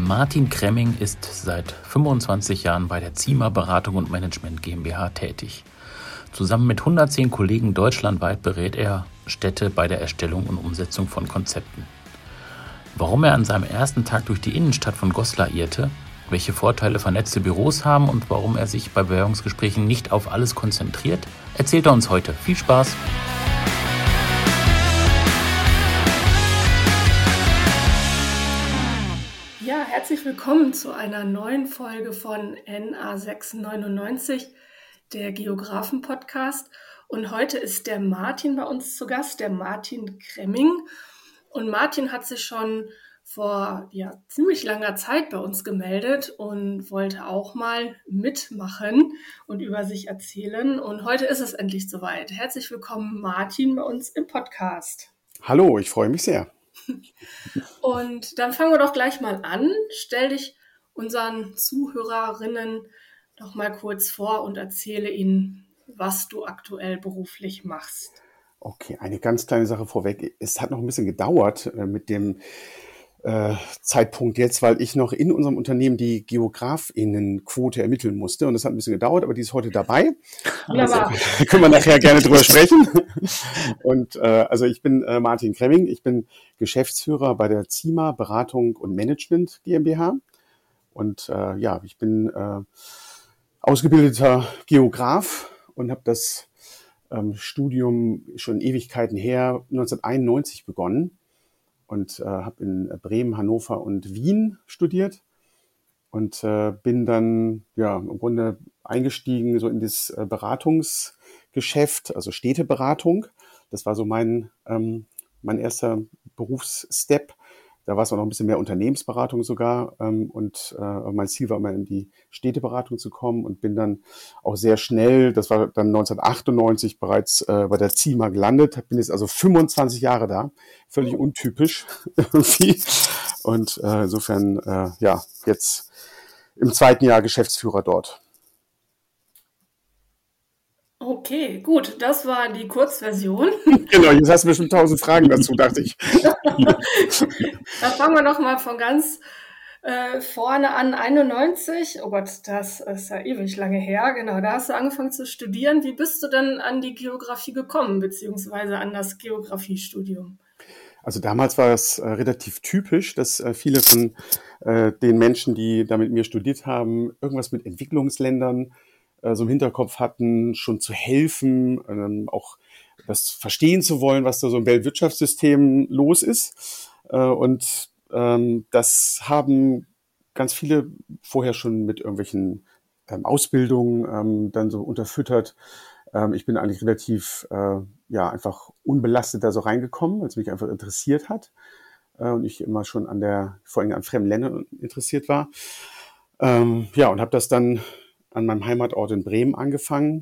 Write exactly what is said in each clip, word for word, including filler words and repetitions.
Martin Kremming ist seit fünfundzwanzig Jahren bei der Zima Beratung und Management GmbH tätig. Zusammen mit hundertzehn Kollegen deutschlandweit berät er Städte bei der Erstellung und Umsetzung von Konzepten. Warum er an seinem ersten Tag durch die Innenstadt von Goslar irrte, welche Vorteile vernetzte Büros haben und warum er sich bei Bewerbungsgesprächen nicht auf alles konzentriert, erzählt er uns heute. Viel Spaß! Ja, herzlich willkommen zu einer neuen Folge von N A sechs neunundneunzig, der Geographen-Podcast. Und heute ist der Martin bei uns zu Gast, der Martin Kremming. Und Martin hat sich schon vor ja, ziemlich langer Zeit bei uns gemeldet und wollte auch mal mitmachen und über sich erzählen. Und heute ist es endlich soweit. Herzlich willkommen, Martin, bei uns im Podcast. Hallo, ich freue mich sehr. Und dann fangen wir doch gleich mal an. Stell dich unseren Zuhörerinnen doch mal kurz vor und erzähle ihnen, was du aktuell beruflich machst. Okay, eine ganz kleine Sache vorweg. Es hat noch ein bisschen gedauert äh, mit dem äh, Zeitpunkt jetzt, weil ich noch in unserem Unternehmen die GeografInnenquote ermitteln musste. Und das hat ein bisschen gedauert, aber die ist heute dabei. Wunderbar. Also, da können wir nachher gerne drüber sprechen. Und äh, also ich bin äh, Martin Kremming. Ich bin Geschäftsführer bei der Zima Beratung und Management GmbH. Und äh, ja, ich bin äh, ausgebildeter Geograf und habe das ähm, Studium schon Ewigkeiten her, neunzehnhunderteinundneunzig begonnen und äh, habe in Bremen, Hannover und Wien studiert und äh, bin dann ja im Grunde eingestiegen so in das äh, Beratungsgeschäft, also Städteberatung. Das war so mein ähm, mein erster Berufsstep. Da war es auch noch ein bisschen mehr Unternehmensberatung sogar. Ähm, und äh, mein Ziel war immer in die Städteberatung zu kommen und bin dann auch sehr schnell, das war dann neunzehnhundertachtundneunzig, bereits äh, bei der Zima gelandet. Bin jetzt also fünfundzwanzig Jahre da. Völlig untypisch irgendwie. Und äh, insofern, äh, ja, jetzt im zweiten Jahr Geschäftsführer dort. Okay, gut, das war die Kurzversion. Genau, jetzt hast du bestimmt tausend Fragen dazu, dachte ich. Da fangen wir noch mal von ganz äh, vorne an, einundneunzig. Oh Gott, das ist ja ewig lange her. Genau, da hast du angefangen zu studieren. Wie bist du denn an die Geografie gekommen, beziehungsweise an das Geografiestudium? Also damals war es äh, relativ typisch, dass äh, viele von äh, den Menschen, die da mit mir studiert haben, irgendwas mit Entwicklungsländern äh, so im Hinterkopf hatten, schon zu helfen, ähm, auch das verstehen zu wollen, was da so im Weltwirtschaftssystem los ist. Äh, und ähm, das haben ganz viele vorher schon mit irgendwelchen ähm, Ausbildungen ähm, dann so unterfüttert. Ähm, ich bin eigentlich relativ äh, ja einfach unbelastet da so reingekommen, weil es mich einfach interessiert hat äh, und ich immer schon an der, vor allem an fremden Ländern interessiert war. Ähm, ja, und habe das dann an meinem Heimatort in Bremen angefangen,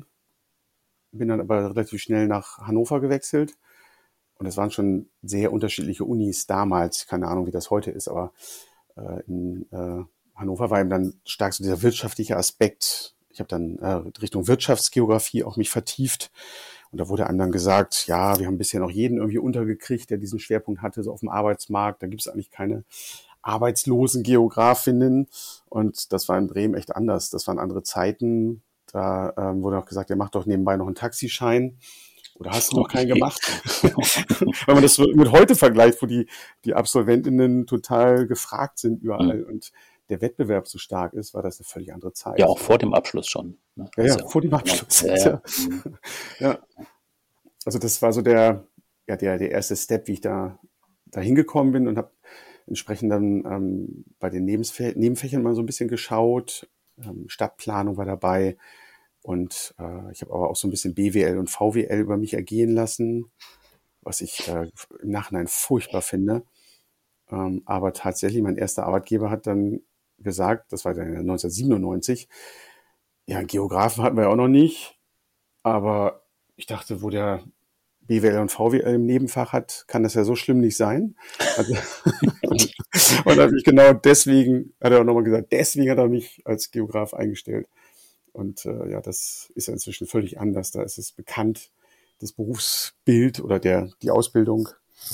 bin dann aber relativ schnell nach Hannover gewechselt. Und das waren schon sehr unterschiedliche Unis damals. Keine Ahnung, wie das heute ist, aber äh, in äh, Hannover war eben dann stark so dieser wirtschaftliche Aspekt. Ich habe dann äh, Richtung Wirtschaftsgeografie auch mich vertieft. Und da wurde einem dann gesagt, ja, wir haben bisher noch jeden irgendwie untergekriegt, der diesen Schwerpunkt hatte, so auf dem Arbeitsmarkt. Da gibt es eigentlich keine arbeitslosen Geografinnen. Und das war in Bremen echt anders. Das waren andere Zeiten. Da ähm, wurde auch gesagt, ja, mach doch nebenbei noch einen Taxischein. Oder hast du noch keinen gemacht? Wenn man das so mit heute vergleicht, wo die, die Absolventinnen total gefragt sind überall mhm. und der Wettbewerb so stark ist, war das eine völlig andere Zeit. Ja, auch vor dem Abschluss schon. Ne? Ja, ja, ja, vor dem Abschluss. Ja, ja. Ja. Also das war so der, ja, der, der erste Step, wie ich da, da hingekommen bin und habe entsprechend dann ähm, bei den Nebenfä- Nebenfächern mal so ein bisschen geschaut. Ähm, Stadtplanung war dabei. Und äh, ich habe aber auch so ein bisschen B W L und V W L über mich ergehen lassen, was ich äh, im Nachhinein furchtbar finde. Ähm, aber tatsächlich, mein erster Arbeitgeber hat dann gesagt, das war dann neunzehnhundertsiebenundneunzig, ja, Geografen hatten wir ja auch noch nicht. Aber ich dachte, wo der B W L und V W L im Nebenfach hat, kann das ja so schlimm nicht sein. Also, und und habe ich genau deswegen, hat er auch nochmal gesagt, deswegen hat er mich als Geograf eingestellt. Und äh, ja, das ist ja inzwischen völlig anders. Da ist es bekannt, das Berufsbild oder der die Ausbildung.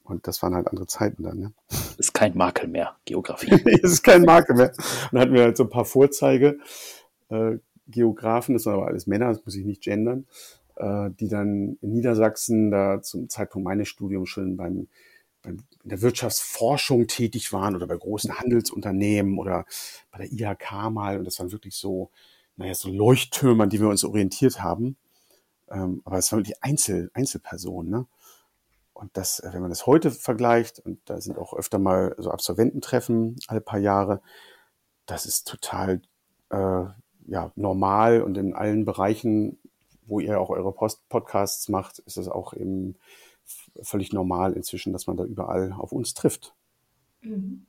Und das waren halt andere Zeiten dann. Ne? Ist kein Makel mehr, Geografie. Es ist kein Makel mehr. Und dann hatten wir halt so ein paar Vorzeige äh, Geografen, das waren aber alles Männer, das muss ich nicht gendern, äh, die dann in Niedersachsen da zum Zeitpunkt meines Studiums schon beim, beim, in der Wirtschaftsforschung tätig waren oder bei großen Handelsunternehmen oder bei der I H K mal. Und das waren wirklich so, naja, so Leuchttürme, an die wir uns orientiert haben. Ähm, aber es waren wirklich Einzel, Einzelpersonen, ne? Und das, wenn man das heute vergleicht, und da sind auch öfter mal so Absolvententreffen alle paar Jahre, das ist total äh, ja, normal und in allen Bereichen, wo ihr auch eure Post- Podcasts macht, ist es auch eben völlig normal inzwischen, dass man da überall auf uns trifft. Mhm.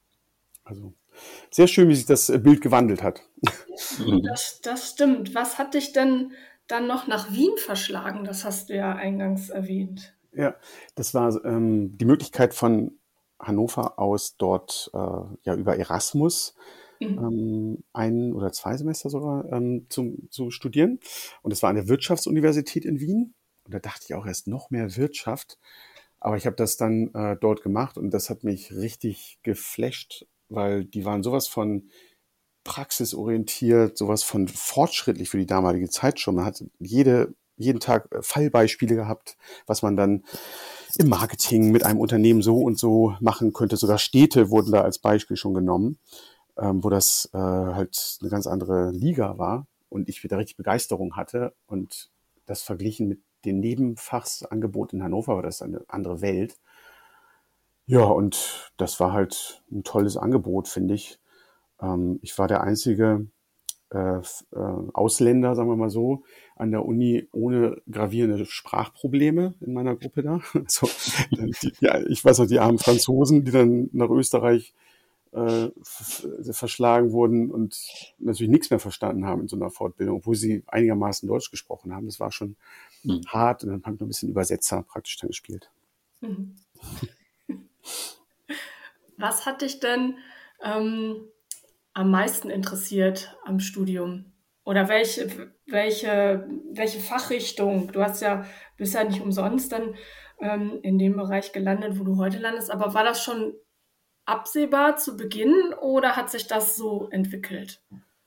Also sehr schön, wie sich das Bild gewandelt hat. Das, das stimmt. Was hat dich denn dann noch nach Wien verschlagen? Das hast du ja eingangs erwähnt. Ja, das war ähm, die Möglichkeit von Hannover aus dort äh, ja über Erasmus Mhm. ähm, ein oder zwei Semester sogar ähm, zum, zu studieren. Und das war an der Wirtschaftsuniversität in Wien. Und da dachte ich auch erst noch mehr Wirtschaft. Aber ich habe das dann äh, dort gemacht und das hat mich richtig geflasht, weil die waren sowas von praxisorientiert, sowas von fortschrittlich für die damalige Zeit schon. Man hat jede, jeden Tag Fallbeispiele gehabt, was man dann im Marketing mit einem Unternehmen so und so machen könnte. Sogar Städte wurden da als Beispiel schon genommen, ähm, wo das äh, halt eine ganz andere Liga war und ich wieder richtig Begeisterung hatte. Und das verglichen mit dem Nebenfachsangebot in Hannover war das eine andere Welt. Ja, und das war halt ein tolles Angebot, finde ich. Ähm, ich war der einzige äh, f- äh, Ausländer, sagen wir mal so, an der Uni ohne gravierende Sprachprobleme in meiner Gruppe da. Also, die, ja, ich weiß noch, die armen Franzosen, die dann nach Österreich äh, f- verschlagen wurden und natürlich nichts mehr verstanden haben in so einer Fortbildung, obwohl sie einigermaßen Deutsch gesprochen haben. Das war schon Mhm. hart und dann haben wir ein bisschen Übersetzer praktisch dann gespielt. Mhm. Was hat dich denn ähm, am meisten interessiert am Studium? Oder welche, welche, welche Fachrichtung? Du hast ja, bist ja nicht umsonst dann ähm, in dem Bereich gelandet, wo du heute landest, aber war das schon absehbar zu Beginn oder hat sich das so entwickelt?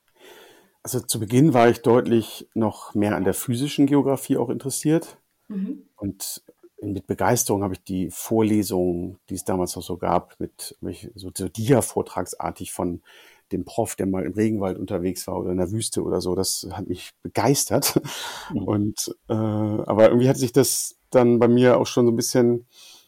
Also zu Beginn war ich deutlich noch mehr an der physischen Geografie auch interessiert. Mhm. Und mit Begeisterung habe ich die Vorlesungen, die es damals noch so gab, mit mit so, so Dia-vortragsartig von dem Prof, der mal im Regenwald unterwegs war oder in der Wüste oder so, das hat mich begeistert. Mhm. Und äh, aber irgendwie hat sich das dann bei mir auch schon so ein bisschen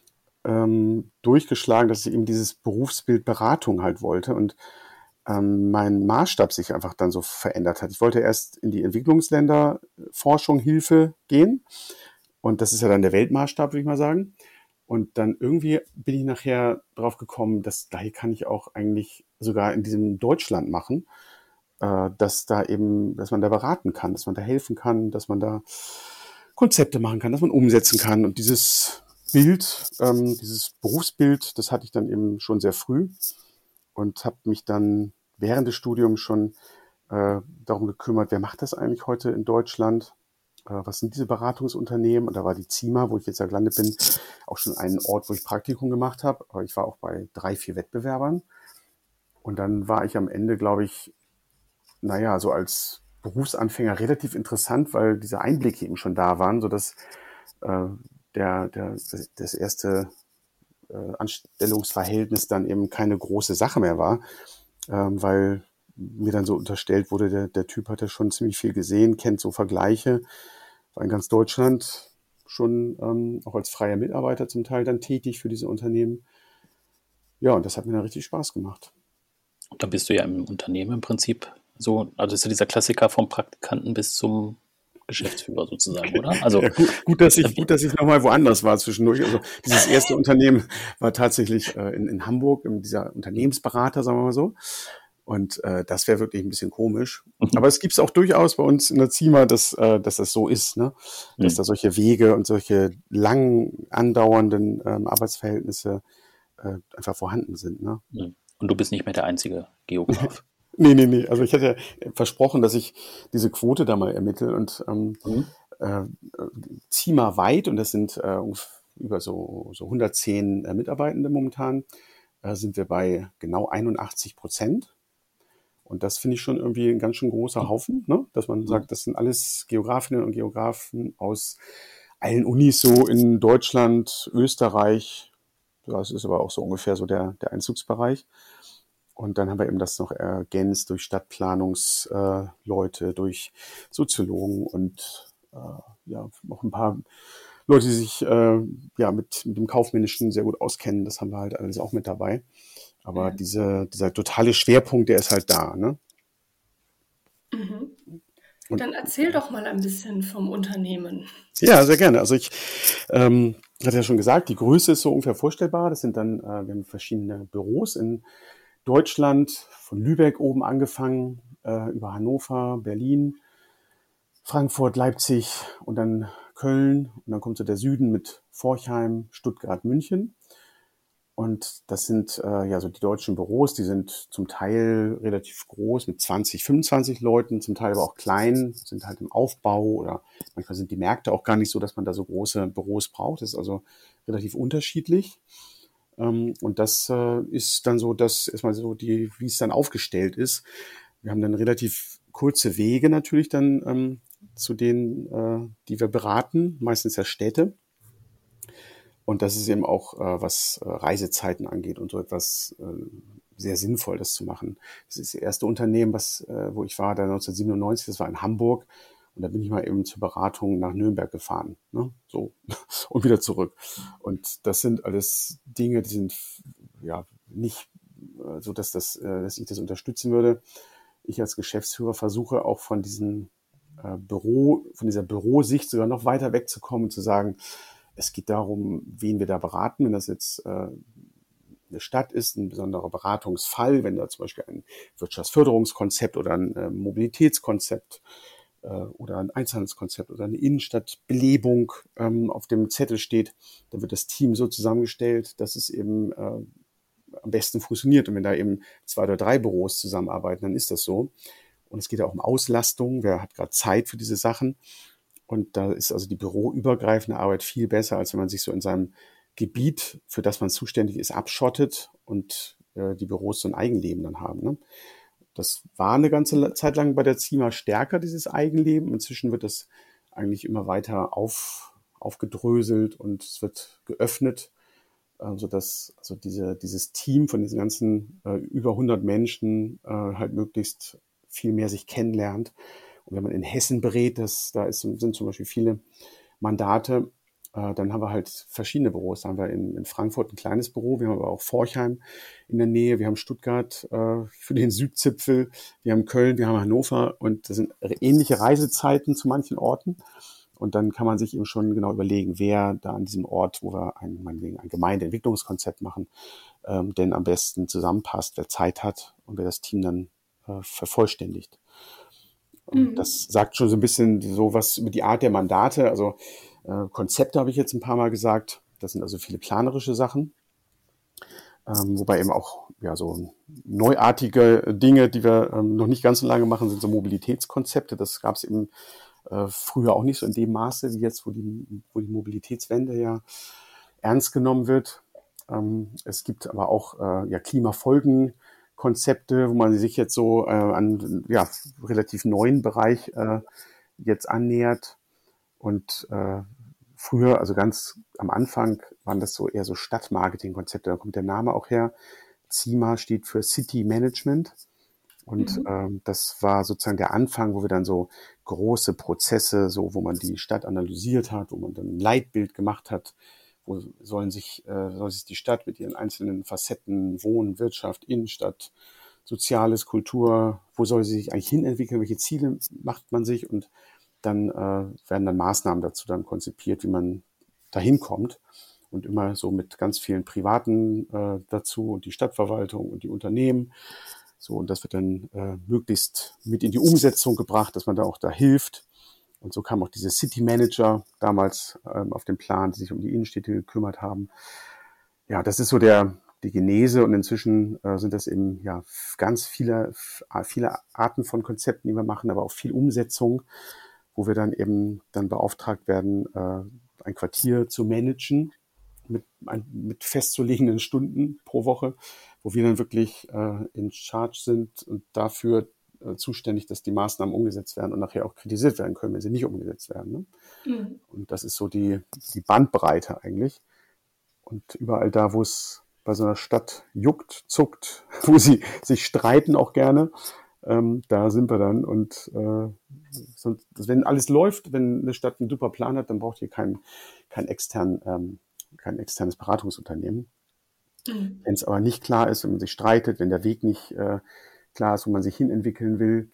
ähm, durchgeschlagen, dass ich eben dieses Berufsbild Beratung halt wollte und ähm, mein Maßstab sich einfach dann so verändert hat. Ich wollte erst in die Entwicklungsländer Forschung, Hilfe gehen. Und das ist ja dann der Weltmaßstab, würde ich mal sagen. Und dann irgendwie bin ich nachher drauf gekommen, dass da hier kann ich auch eigentlich sogar in diesem Deutschland machen, äh, dass da eben, dass man da beraten kann, dass man da helfen kann, dass man da Konzepte machen kann, dass man umsetzen kann. Und dieses Bild, ähm, dieses Berufsbild, das hatte ich dann eben schon sehr früh und habe mich dann während des Studiums schon äh, darum gekümmert, wer macht das eigentlich heute in Deutschland? Äh, was sind diese Beratungsunternehmen? Und da war die ZIMA, wo ich jetzt ja gelandet bin, auch schon ein Ort, wo ich Praktikum gemacht habe. Aber ich war auch bei drei, vier Wettbewerbern. Und dann war ich am Ende, glaube ich, naja, so als Berufsanfänger relativ interessant, weil diese Einblicke eben schon da waren, sodass äh, der, der, das erste äh, Anstellungsverhältnis dann eben keine große Sache mehr war, ähm, weil mir dann so unterstellt wurde, der, der Typ hat ja schon ziemlich viel gesehen, kennt so Vergleiche, war in ganz Deutschland schon ähm, auch als freier Mitarbeiter zum Teil dann tätig für diese Unternehmen. Ja, und das hat mir dann richtig Spaß gemacht. Und dann bist du ja im Unternehmen im Prinzip so, also das ist ja dieser Klassiker vom Praktikanten bis zum Geschäftsführer sozusagen, oder? Also Ja, gut, gut, dass ich, gut, dass ich nochmal woanders war zwischendurch. Also dieses erste Unternehmen war tatsächlich äh, in, in Hamburg, in dieser Unternehmensberater, sagen wir mal so. Und äh, das wäre wirklich ein bisschen komisch. Aber es gibt es auch durchaus bei uns in der ZIMA, dass, äh, dass das so ist, ne? Dass Mhm. da solche Wege und solche lang andauernden ähm, Arbeitsverhältnisse äh, einfach vorhanden sind, ne? Mhm. Und du bist nicht mehr der einzige Geograf. Nee, nee, nee. Also ich hatte versprochen, dass ich diese Quote da mal ermittle und ähm, Mhm. äh, ZIMA weit, und das sind äh, über so, so hundertzehn äh, Mitarbeitende momentan, äh, sind wir bei genau einundachtzig Prozent. Und das finde ich schon irgendwie ein ganz schön großer Haufen, ne? Dass man sagt, das sind alles Geografinnen und Geografen aus allen Unis so in Deutschland, Österreich. Das ist aber auch so ungefähr so der, der Einzugsbereich. Und dann haben wir eben das noch ergänzt durch Stadtplanungsleute, äh, durch Soziologen und äh, ja, noch ein paar Leute, die sich äh, ja mit, mit dem Kaufmännischen sehr gut auskennen. Das haben wir halt alles auch mit dabei. Aber Ja. diese, dieser totale Schwerpunkt, der ist halt da, ne? Mhm. Und Dann erzähl doch mal ein bisschen vom Unternehmen. ja, sehr gerne. Also ich ähm, hatte ja schon gesagt, die Größe ist so ungefähr vorstellbar. Das sind dann, äh, wir haben verschiedene Büros in Deutschland, von Lübeck oben angefangen, äh, über Hannover, Berlin, Frankfurt, Leipzig und dann Köln. Und dann kommt so der Süden mit Forchheim, Stuttgart, München. Und das sind äh, ja so die deutschen Büros, die sind zum Teil relativ groß mit zwanzig, fünfundzwanzig Leuten, zum Teil aber auch klein, sind halt im Aufbau oder manchmal sind die Märkte auch gar nicht so, dass man da so große Büros braucht. Das ist also relativ unterschiedlich. Ähm, und das äh, ist dann so, dass erstmal so die, wie es dann aufgestellt ist. Wir haben dann relativ kurze Wege natürlich dann ähm, zu denen, äh, die wir beraten, meistens ja Städte. Und das ist eben auch, äh, was äh, Reisezeiten angeht und so etwas äh, sehr sinnvoll, das zu machen. Das ist das erste Unternehmen, was, äh, wo ich war, da neunzehnhundertsiebenundneunzig, das war in Hamburg. Und da bin ich mal eben zur Beratung nach Nürnberg gefahren, ne? So und wieder zurück. Und das sind alles Dinge, die sind ja nicht äh, so, dass das, äh, dass ich das unterstützen würde. Ich als Geschäftsführer versuche auch von diesem äh, Büro, von dieser Bürosicht sogar noch weiter wegzukommen und zu sagen, es geht darum, wen wir da beraten. Wenn das jetzt äh, eine Stadt ist, ein besonderer Beratungsfall, wenn da zum Beispiel ein Wirtschaftsförderungskonzept oder ein äh, Mobilitätskonzept äh, oder ein Einzelhandelskonzept oder eine Innenstadtbelebung ähm, auf dem Zettel steht, dann wird das Team so zusammengestellt, dass es eben äh, am besten funktioniert. Und wenn da eben zwei oder drei Büros zusammenarbeiten, dann ist das so. Und es geht ja auch um Auslastung. Wer hat gerade Zeit für diese Sachen? Und da ist also die büroübergreifende Arbeit viel besser, als wenn man sich so in seinem Gebiet, für das man zuständig ist, abschottet und äh, die Büros so ein Eigenleben dann haben, ne? Das war eine ganze Zeit lang bei der CIMA stärker, dieses Eigenleben. Inzwischen wird das eigentlich immer weiter auf, aufgedröselt und es wird geöffnet, äh, sodass also diese, dieses Team von diesen ganzen äh, über hundert Menschen äh, halt möglichst viel mehr sich kennenlernt. Und wenn man in Hessen berät, das, da ist, sind zum Beispiel viele Mandate, äh, dann haben wir halt verschiedene Büros. Da haben wir in, in Frankfurt ein kleines Büro, wir haben aber auch Forchheim in der Nähe, wir haben Stuttgart äh, für den Südzipfel, wir haben Köln, wir haben Hannover und das sind ähnliche Reisezeiten zu manchen Orten. Und dann kann man sich eben schon genau überlegen, wer da an diesem Ort, wo wir ein, meinetwegen ein Gemeindeentwicklungskonzept machen, ähm, denn am besten zusammenpasst, wer Zeit hat und wer das Team dann äh, vervollständigt. Mhm. Das sagt schon so ein bisschen so was über die Art der Mandate. Also äh, Konzepte habe ich jetzt ein paar Mal gesagt. Das sind also viele planerische Sachen. Ähm, wobei eben auch ja so neuartige Dinge, die wir ähm, noch nicht ganz so lange machen, sind so Mobilitätskonzepte. Das gab es eben äh, früher auch nicht so in dem Maße wie jetzt, wo die, wo die Mobilitätswende ja ernst genommen wird. Ähm, es gibt aber auch äh, ja Klimafolgen. Konzepte, wo man sich jetzt so äh, an ja relativ neuen Bereich äh, jetzt annähert. Und äh, früher, also ganz am Anfang, waren das so eher so Stadtmarketing-Konzepte. Da kommt der Name auch her. CIMA steht für City Management. Und Mhm. ähm, das war sozusagen der Anfang, wo wir dann so große Prozesse, so wo man die Stadt analysiert hat, wo man dann ein Leitbild gemacht hat, wo sollen sich, äh, soll sich die Stadt mit ihren einzelnen Facetten, Wohnen, Wirtschaft, Innenstadt, Soziales, Kultur, wo soll sie sich eigentlich hinentwickeln, welche Ziele macht man sich und dann äh, werden dann Maßnahmen dazu dann konzipiert, wie man dahin kommt und immer so mit ganz vielen Privaten äh, dazu und die Stadtverwaltung und die Unternehmen. So, und das wird dann äh, möglichst mit in die Umsetzung gebracht, dass man da auch da hilft. Und so kamen auch diese City Manager damals ähm, auf den Plan, die sich um die Innenstädte gekümmert haben. Ja, das ist so der die Genese und inzwischen äh, sind das eben ja ganz viele viele Arten von Konzepten, die wir machen, aber auch viel Umsetzung, wo wir dann eben dann beauftragt werden, äh, ein Quartier zu managen. mit, mit festzulegenden Stunden pro Woche, wo wir dann wirklich äh, in Charge sind und dafür äh, zuständig, dass die Maßnahmen umgesetzt werden und nachher auch kritisiert werden können, wenn sie nicht umgesetzt werden. Ne? Mhm. Und das ist so die, die Bandbreite eigentlich. Und überall da, wo es bei so einer Stadt juckt, zuckt, wo sie sich streiten auch gerne, ähm, da sind wir dann. Und äh, sonst, wenn alles läuft, wenn eine Stadt einen super Plan hat, dann braucht ihr kein, kein, extern, ähm, kein externes Beratungsunternehmen. Mhm. Wenn es aber nicht klar ist, wenn man sich streitet, wenn der Weg nicht äh, klar ist, wo man sich hinentwickeln will,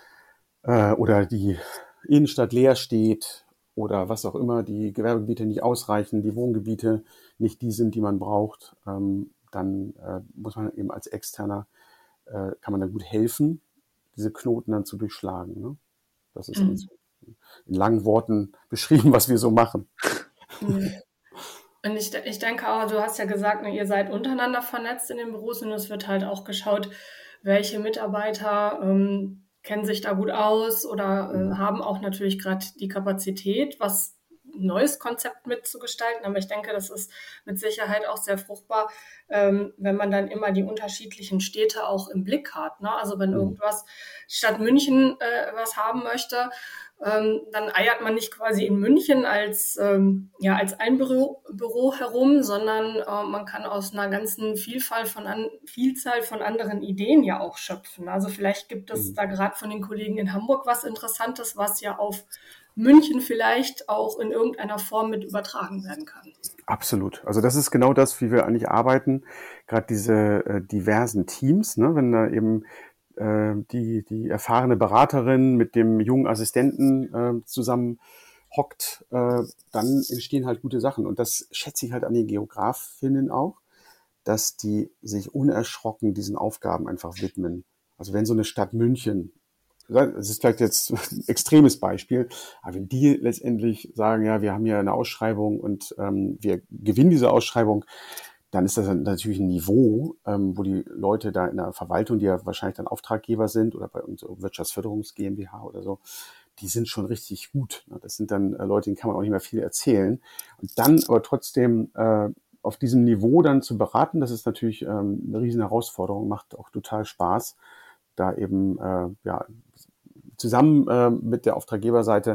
äh, oder die Innenstadt leer steht oder was auch immer, die Gewerbegebiete nicht ausreichen, die Wohngebiete nicht die sind, die man braucht, ähm, dann äh, muss man eben als Externer, äh, kann man da gut helfen, diese Knoten dann zu durchschlagen. Ne? Das ist mhm. in langen Worten beschrieben, was wir so machen. Mhm. Und ich, ich denke auch, du hast ja gesagt, ne, ihr seid untereinander vernetzt in den Büros und es wird halt auch geschaut, welche Mitarbeiter ähm, kennen sich da gut aus oder äh, haben auch natürlich gerade die Kapazität, was ein neues Konzept mitzugestalten. Aber ich denke, das ist mit Sicherheit auch sehr fruchtbar, ähm, wenn man dann immer die unterschiedlichen Städte auch im Blick hat. Ne? Also wenn mhm. irgendwas Stadt München äh, was haben möchte, ähm, dann eiert man nicht quasi in München als, ähm, ja, als ein Büro, Büro herum, sondern äh, man kann aus einer ganzen Vielfalt von an, Vielzahl von anderen Ideen ja auch schöpfen. Also vielleicht gibt es mhm. da gerade von den Kollegen in Hamburg was Interessantes, was ja auf München vielleicht auch in irgendeiner Form mit übertragen werden kann. Absolut. Also das ist genau das, wie wir eigentlich arbeiten. Gerade diese äh, diversen Teams, ne, wenn da eben äh, die die erfahrene Beraterin mit dem jungen Assistenten äh, zusammen hockt, äh, dann entstehen halt gute Sachen. Und das schätze ich halt an den Geografinnen auch, dass die sich unerschrocken diesen Aufgaben einfach widmen. Also wenn so eine Stadt München, das ist vielleicht jetzt ein extremes Beispiel, aber wenn die letztendlich sagen, ja, wir haben hier eine Ausschreibung und ähm, wir gewinnen diese Ausschreibung, dann ist das natürlich ein Niveau, ähm, wo die Leute da in der Verwaltung, die ja wahrscheinlich dann Auftraggeber sind oder bei unserer Wirtschaftsförderungs GmbH oder so, die sind schon richtig gut. Das sind dann äh, Leute, denen kann man auch nicht mehr viel erzählen. Und dann aber trotzdem äh, auf diesem Niveau dann zu beraten, das ist natürlich ähm, eine riesen Herausforderung, macht auch total Spaß, da eben äh, ja zusammen äh, mit der Auftraggeberseite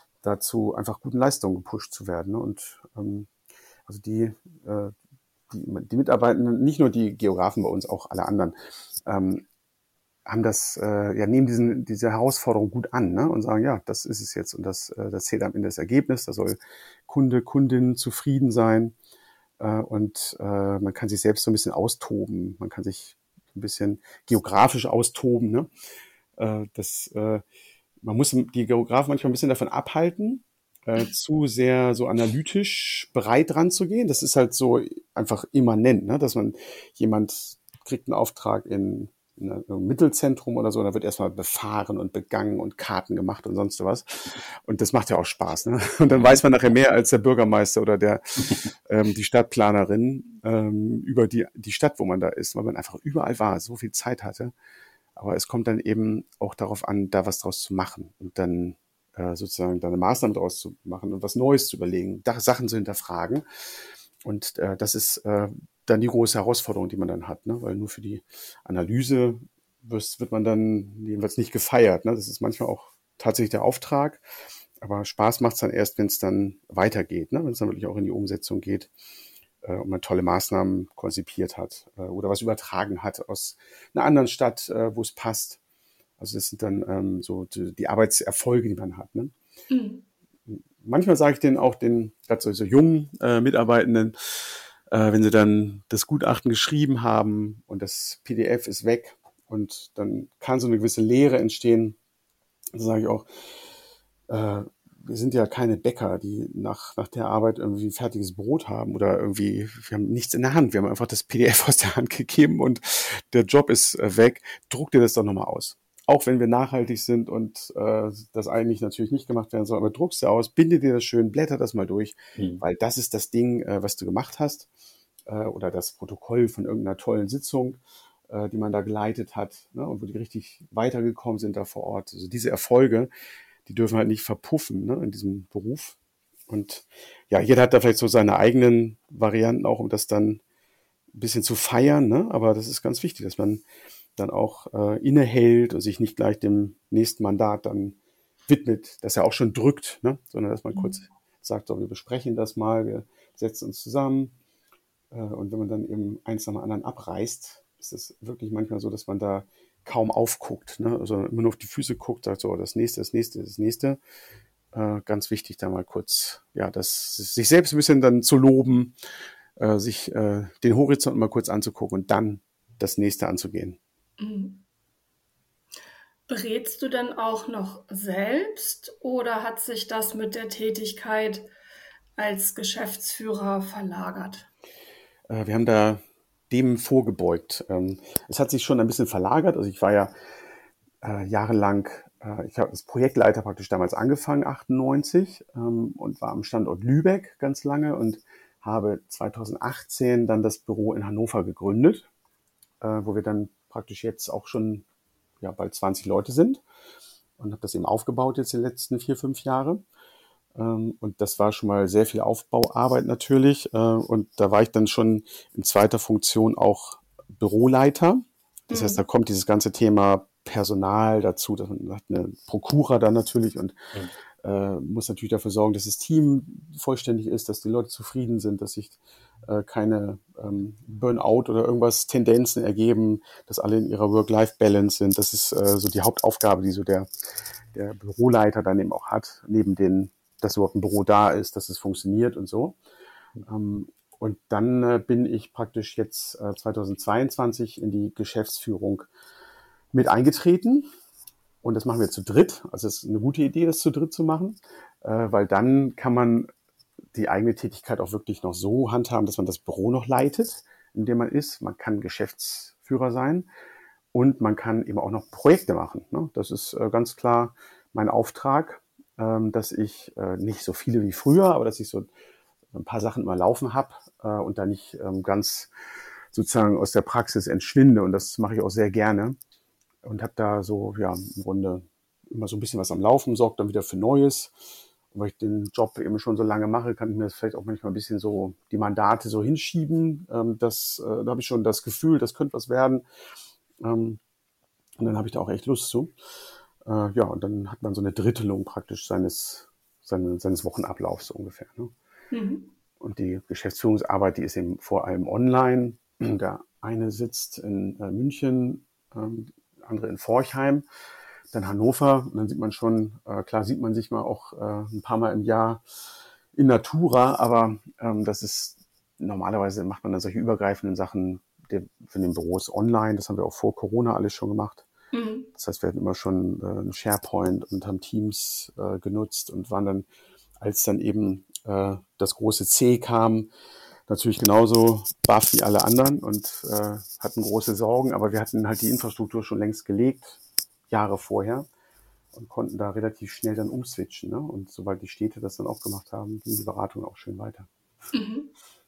dazu einfach guten Leistungen gepusht zu werden. Ne? Und ähm, also die, äh, die, die Mitarbeitenden, nicht nur die Geografen bei uns, auch alle anderen, ähm, haben das, äh, ja, nehmen diesen, diese Herausforderung gut an, ne? Und sagen, ja, das ist es jetzt und das, äh, das zählt am Ende das Ergebnis, da soll Kunde, Kundin zufrieden sein äh, und äh, man kann sich selbst so ein bisschen austoben, man kann sich ein bisschen geografisch austoben, ne? Äh, das, äh, man muss die Geografen manchmal ein bisschen davon abhalten, äh, zu sehr so analytisch bereit dran zu gehen. Das ist halt so einfach immanent, ne? Dass man jemand kriegt einen Auftrag in in einem Mittelzentrum oder so, da wird erstmal befahren und begangen und Karten gemacht und sonst was. Und das macht ja auch Spaß, ne? Und dann weiß man nachher mehr als der Bürgermeister oder der ähm, die Stadtplanerin ähm, über die die Stadt, wo man da ist, weil man einfach überall war, so viel Zeit hatte. Aber es kommt dann eben auch darauf an, da was draus zu machen und dann äh, sozusagen da eine Maßnahme draus zu machen und was Neues zu überlegen, da Sachen zu hinterfragen. Und äh, das ist äh, dann die große Herausforderung, die man dann hat, ne? Weil nur für die Analyse wird, wird man dann jedenfalls nicht gefeiert. Ne? Das ist manchmal auch tatsächlich der Auftrag, aber Spaß macht es dann erst, wenn es dann weitergeht, ne? Wenn es dann wirklich auch in die Umsetzung geht äh, und man tolle Maßnahmen konzipiert hat äh, oder was übertragen hat aus einer anderen Stadt, äh, wo es passt. Also das sind dann ähm, so die, die Arbeitserfolge, die man hat. Ne? Mhm. Manchmal sage ich denen auch den gerade so, so jungen äh, Mitarbeitenden, äh, wenn sie dann das Gutachten geschrieben haben und das P D F ist weg und dann kann so eine gewisse Leere entstehen, dann sage ich auch, äh, wir sind ja keine Bäcker, die nach, nach der Arbeit irgendwie ein fertiges Brot haben oder irgendwie, wir haben nichts in der Hand, wir haben einfach das P D F aus der Hand gegeben und der Job ist äh, weg, druck dir das doch nochmal aus. Auch wenn wir nachhaltig sind und äh, das eigentlich natürlich nicht gemacht werden soll, aber druckst du aus, binde dir das schön, blätter das mal durch, mhm. weil das ist das Ding, äh, was du gemacht hast äh, oder das Protokoll von irgendeiner tollen Sitzung, äh, die man da geleitet hat, ne, und wo die richtig weitergekommen sind da vor Ort. Also diese Erfolge, die dürfen halt nicht verpuffen, ne, in diesem Beruf. Und ja, jeder hat da vielleicht so seine eigenen Varianten auch, um das dann ein bisschen zu feiern, ne? Aber das ist ganz wichtig, dass man dann auch äh, innehält und sich nicht gleich dem nächsten Mandat dann widmet, das ja auch schon drückt, ne? Sondern dass man kurz sagt, so, wir besprechen das mal, wir setzen uns zusammen. Äh, und wenn man dann eben eins nach dem anderen abreißt, ist es wirklich manchmal so, dass man da kaum aufguckt, ne? Also immer nur auf die Füße guckt, sagt so, das nächste, das nächste, das nächste. Äh, ganz wichtig, da mal kurz, ja, das sich selbst ein bisschen dann zu loben, äh, sich äh, den Horizont mal kurz anzugucken und dann das nächste anzugehen. Mhm. Berätst du denn auch noch selbst oder hat sich das mit der Tätigkeit als Geschäftsführer verlagert? Äh, wir haben da dem vorgebeugt. Ähm, es hat sich schon ein bisschen verlagert. Also ich war ja äh, jahrelang, äh, ich habe als Projektleiter praktisch damals angefangen, achtundneunzig, ähm, und war am Standort Lübeck ganz lange und habe zweitausendachtzehn dann das Büro in Hannover gegründet, äh, wo wir dann praktisch jetzt auch schon ja, bald zwanzig Leute sind und habe das eben aufgebaut jetzt die letzten vier, fünf Jahre. Ähm, und das war schon mal sehr viel Aufbauarbeit natürlich. Äh, und da war ich dann schon in zweiter Funktion auch Büroleiter. Das heißt, da Mhm. kommt dieses ganze Thema Personal dazu. Das hat eine Prokura dann natürlich und Mhm. äh, muss natürlich dafür sorgen, dass das Team vollständig ist, dass die Leute zufrieden sind, dass sich äh, keine ähm, Burnout oder irgendwas Tendenzen ergeben, dass alle in ihrer Work-Life-Balance sind. Das ist äh, so die Hauptaufgabe, die so der, der Büroleiter dann eben auch hat, neben den, dass überhaupt ein Büro da ist, dass es funktioniert und so. Ähm, und dann äh, bin ich praktisch jetzt äh, zweitausendzweiundzwanzig in die Geschäftsführung mit eingetreten. Und das machen wir zu dritt. Also es ist eine gute Idee, das zu dritt zu machen, äh, weil dann kann man die eigene Tätigkeit auch wirklich noch so handhaben, dass man das Büro noch leitet, in dem man ist. Man kann Geschäftsführer sein und man kann eben auch noch Projekte machen. Ne? Das ist äh, ganz klar mein Auftrag, ähm, dass ich äh, nicht so viele wie früher, aber dass ich so ein paar Sachen immer laufen habe äh, und da nicht ähm, ganz sozusagen aus der Praxis entschwinde. Und das mache ich auch sehr gerne und habe da so, ja, im Grunde immer so ein bisschen was am Laufen, sorgt dann wieder für Neues. Und weil ich den Job eben schon so lange mache, kann ich mir das vielleicht auch manchmal ein bisschen so die Mandate so hinschieben. Ähm, das, äh, da habe ich schon das Gefühl, das könnte was werden. Ähm, und dann habe ich da auch echt Lust zu. Äh, ja, und dann hat man so eine Drittelung praktisch seines, seine, seines Wochenablaufs so ungefähr. Ne? Mhm. Und die Geschäftsführungsarbeit, die ist eben vor allem online. Der eine sitzt in äh, München, ähm, andere in Forchheim, dann Hannover. Und dann sieht man schon, äh, klar sieht man sich mal auch äh, ein paar Mal im Jahr in Natura, aber ähm, das ist, normalerweise macht man dann solche übergreifenden Sachen der, von den Büros online. Das haben wir auch vor Corona alles schon gemacht. Mhm. Das heißt, wir hatten immer schon äh, einen SharePoint und haben Teams äh, genutzt und waren dann, als dann eben äh, das große C kam, natürlich genauso baff wie alle anderen und äh, hatten große Sorgen, aber wir hatten halt die Infrastruktur schon längst gelegt, Jahre vorher, und konnten da relativ schnell dann umswitchen. Ne? Und sobald die Städte das dann auch gemacht haben, ging die Beratung auch schön weiter. Mhm.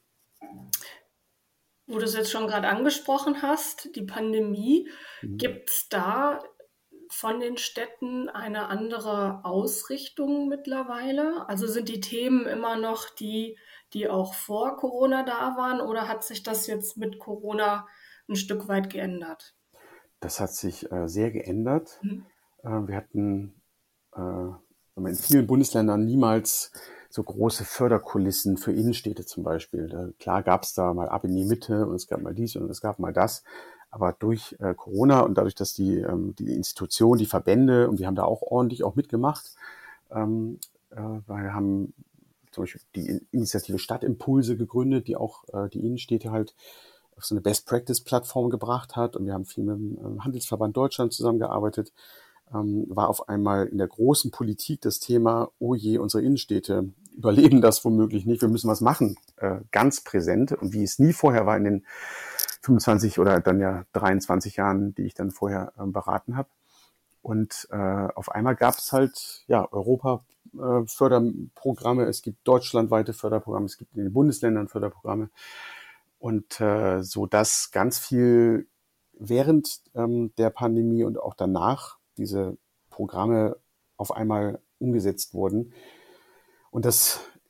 Wo du es jetzt schon gerade angesprochen hast, die Pandemie, Mhm. gibt es da von den Städten eine andere Ausrichtung mittlerweile? Also sind die Themen immer noch die, die auch vor Corona da waren, oder hat sich das jetzt mit Corona ein Stück weit geändert? Das hat sich äh, sehr geändert. Mhm. Äh, wir hatten äh, in vielen Bundesländern niemals so große Förderkulissen für Innenstädte zum Beispiel. Da, klar gab es da mal ab in die Mitte und es gab mal dies und es gab mal das. Aber durch äh, Corona und dadurch, dass die, ähm, die Institutionen, die Verbände, und wir haben da auch ordentlich auch mitgemacht, ähm, äh, weil wir haben zum Beispiel die Initiative Stadtimpulse gegründet, die auch äh, die Innenstädte halt auf so eine Best-Practice-Plattform gebracht hat. Und wir haben viel mit dem Handelsverband Deutschland zusammengearbeitet. Ähm, war auf einmal in der großen Politik das Thema, oh je, unsere Innenstädte überleben das womöglich nicht, wir müssen was machen, äh, ganz präsent. Und wie es nie vorher war in den fünfundzwanzig oder dann ja dreiundzwanzig Jahren, die ich dann vorher äh, beraten habe. Und äh, auf einmal gab es halt ja Europa-Förderprogramme, äh, es gibt deutschlandweite Förderprogramme, es gibt in den Bundesländern Förderprogramme. Und äh, so dass ganz viel während ähm, der Pandemie und auch danach diese Programme auf einmal umgesetzt wurden. Und das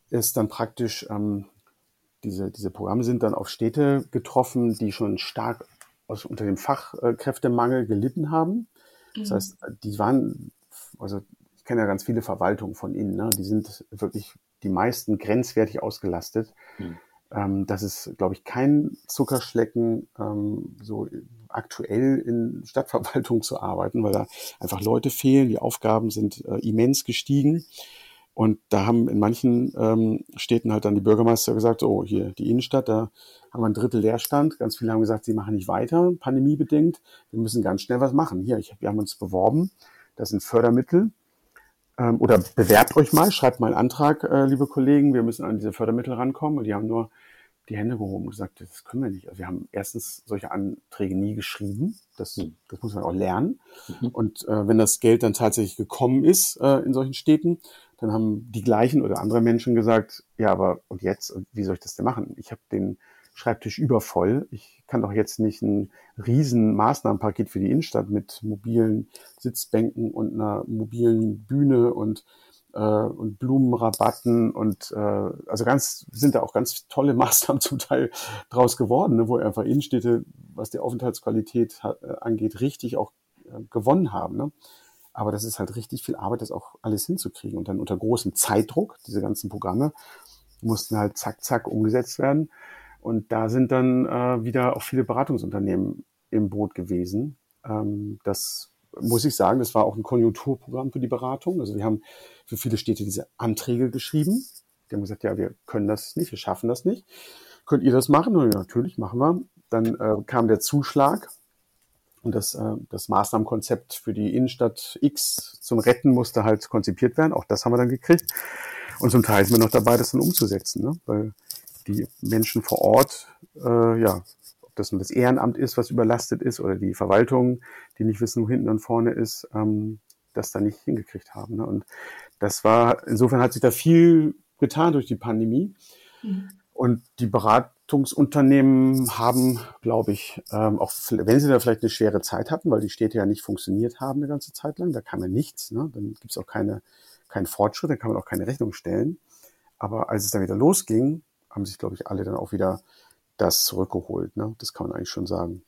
ist dann praktisch, ähm, diese, diese Programme sind dann auf Städte getroffen, die schon stark aus, unter dem Fachkräftemangel gelitten haben. Das heißt, die waren, also ich kenne ja ganz viele Verwaltungen von Ihnen, ne? Die sind wirklich die meisten grenzwertig ausgelastet. Mhm. Ähm, das ist, glaube ich, kein Zuckerschlecken, ähm, so aktuell in Stadtverwaltung zu arbeiten, weil da einfach Leute fehlen. Die Aufgaben sind äh, immens gestiegen. Und da haben in manchen ähm, Städten halt dann die Bürgermeister gesagt, so hier die Innenstadt, da haben wir ein Drittel Leerstand. Ganz viele haben gesagt, sie machen nicht weiter, pandemiebedingt. Wir müssen ganz schnell was machen. Hier, ich, wir haben uns beworben. Das sind Fördermittel. Ähm, oder bewerbt euch mal, schreibt mal einen Antrag, äh, liebe Kollegen. Wir müssen an diese Fördermittel rankommen. Und die haben nur die Hände gehoben und gesagt, das können wir nicht. Also wir haben erstens solche Anträge nie geschrieben. Das, das muss man auch lernen. Mhm. Und äh, wenn das Geld dann tatsächlich gekommen ist äh, in solchen Städten, dann haben die gleichen oder andere Menschen gesagt, ja, aber und jetzt? Und wie soll ich das denn machen? Ich habe den Schreibtisch übervoll. Ich kann doch jetzt nicht ein riesen Maßnahmenpaket für die Innenstadt mit mobilen Sitzbänken und einer mobilen Bühne und äh, und Blumenrabatten und äh, also ganz sind da auch ganz tolle Maßnahmen zum Teil draus geworden, ne, wo einfach Innenstädte, was die Aufenthaltsqualität hat, äh, angeht, richtig auch äh, gewonnen haben. Ne? Aber das ist halt richtig viel Arbeit, das auch alles hinzukriegen. Und dann unter großem Zeitdruck, diese ganzen Programme, mussten halt zack, zack umgesetzt werden. Und da sind dann äh, wieder auch viele Beratungsunternehmen im Boot gewesen. Ähm, das muss ich sagen, das war auch ein Konjunkturprogramm für die Beratung. Also wir haben für viele Städte diese Anträge geschrieben. Die haben gesagt, ja, wir können das nicht, wir schaffen das nicht. Könnt ihr das machen? Und ja, natürlich, machen wir. Dann äh, kam der Zuschlag. Und das, äh, das Maßnahmenkonzept für die Innenstadt X zum Retten musste halt konzipiert werden. Auch das haben wir dann gekriegt. Und zum Teil sind wir noch dabei, das dann umzusetzen, ne? Weil die Menschen vor Ort, äh, ja, ob das nun das Ehrenamt ist, was überlastet ist, oder die Verwaltung, die nicht wissen, wo hinten und vorne ist, ähm, das dann nicht hingekriegt haben. Ne? Und das war, insofern hat sich da viel getan durch die Pandemie. Mhm. Und die Beratungsunternehmen haben, glaube ich, ähm, auch wenn sie da vielleicht eine schwere Zeit hatten, weil die Städte ja nicht funktioniert haben eine ganze Zeit lang, da kam ja nichts, ne? Dann gibt es auch keine, keinen Fortschritt, dann kann man auch keine Rechnung stellen. Aber als es dann wieder losging, haben sich, glaube ich, alle dann auch wieder das zurückgeholt. Ne? Das kann man eigentlich schon sagen.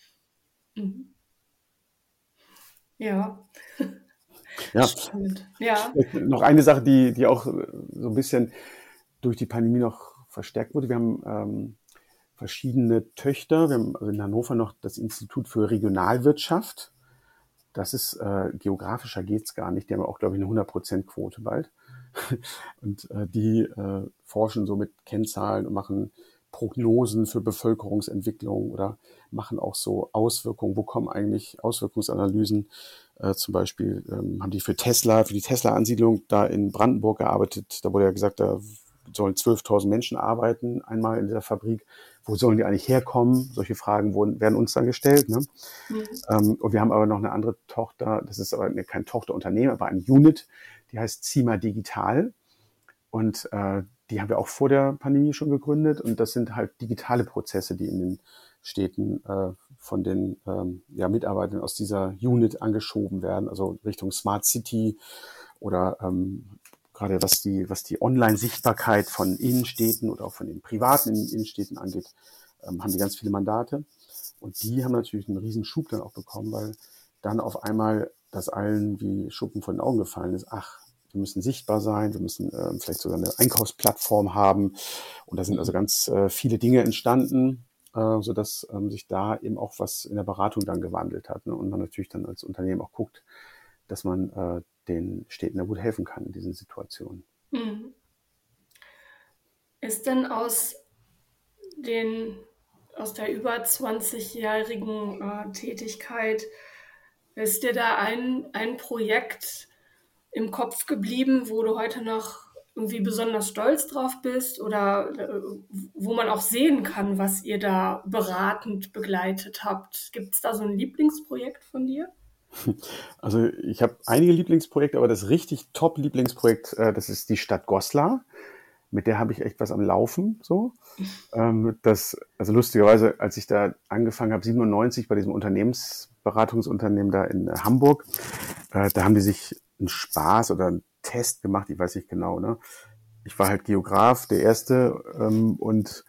Mhm. Ja. Ja. Spannend. Ja. Noch eine Sache, die, die auch so ein bisschen durch die Pandemie noch verstärkt wurde. Wir haben ähm, verschiedene Töchter. Wir haben also in Hannover noch das Institut für Regionalwirtschaft. Das ist, äh, geografischer geht's gar nicht. Die haben auch, glaube ich, eine hundert Prozent Quote bald. Und äh, die äh, forschen so mit Kennzahlen und machen Prognosen für Bevölkerungsentwicklung oder machen auch so Auswirkungen. Wo kommen eigentlich Auswirkungsanalysen? Äh, zum Beispiel ähm, haben die für Tesla, für die Tesla-Ansiedlung da in Brandenburg gearbeitet. Da wurde ja gesagt, da sollen zwölftausend Menschen arbeiten, einmal in dieser Fabrik. Wo sollen die eigentlich herkommen? Solche Fragen wurden, werden uns dann gestellt. Ne? Mhm. Ähm, und wir haben aber noch eine andere Tochter, das ist aber kein Tochterunternehmen, aber ein Unit, die heißt Cima Digital. Und äh, die haben wir auch vor der Pandemie schon gegründet. Und das sind halt digitale Prozesse, die in den Städten äh, von den ähm, ja, Mitarbeitern aus dieser Unit angeschoben werden, also Richtung Smart City oder ähm, gerade was die, was die Online-Sichtbarkeit von Innenstädten oder auch von den privaten Innenstädten angeht, ähm, haben die ganz viele Mandate. Und die haben natürlich einen riesen Schub dann auch bekommen, weil dann auf einmal das allen wie Schuppen von den Augen gefallen ist. Ach, wir müssen sichtbar sein, wir müssen äh, vielleicht sogar eine Einkaufsplattform haben. Und da sind also ganz äh, viele Dinge entstanden, äh, sodass ähm, sich da eben auch was in der Beratung dann gewandelt hat. Ne? Und man natürlich dann als Unternehmen auch guckt, dass man äh, den Städten da gut helfen kann in diesen Situationen. Hm. Ist denn aus den aus der über zwanzigjährigen äh, Tätigkeit, ist dir da ein, ein Projekt im Kopf geblieben, wo du heute noch irgendwie besonders stolz drauf bist oder äh, wo man auch sehen kann, was ihr da beratend begleitet habt? Gibt es da so ein Lieblingsprojekt von dir? Also ich habe einige Lieblingsprojekte, aber das richtig Top-Lieblingsprojekt, äh, das ist die Stadt Goslar. Mit der habe ich echt was am Laufen. So, ähm, das, also lustigerweise, als ich da angefangen habe, siebenundneunzig bei diesem Unternehmensberatungsunternehmen da in Hamburg, äh, da haben die sich einen Spaß oder einen Test gemacht, ich weiß nicht genau, ne? ich war halt Geograf, der Erste, ähm, und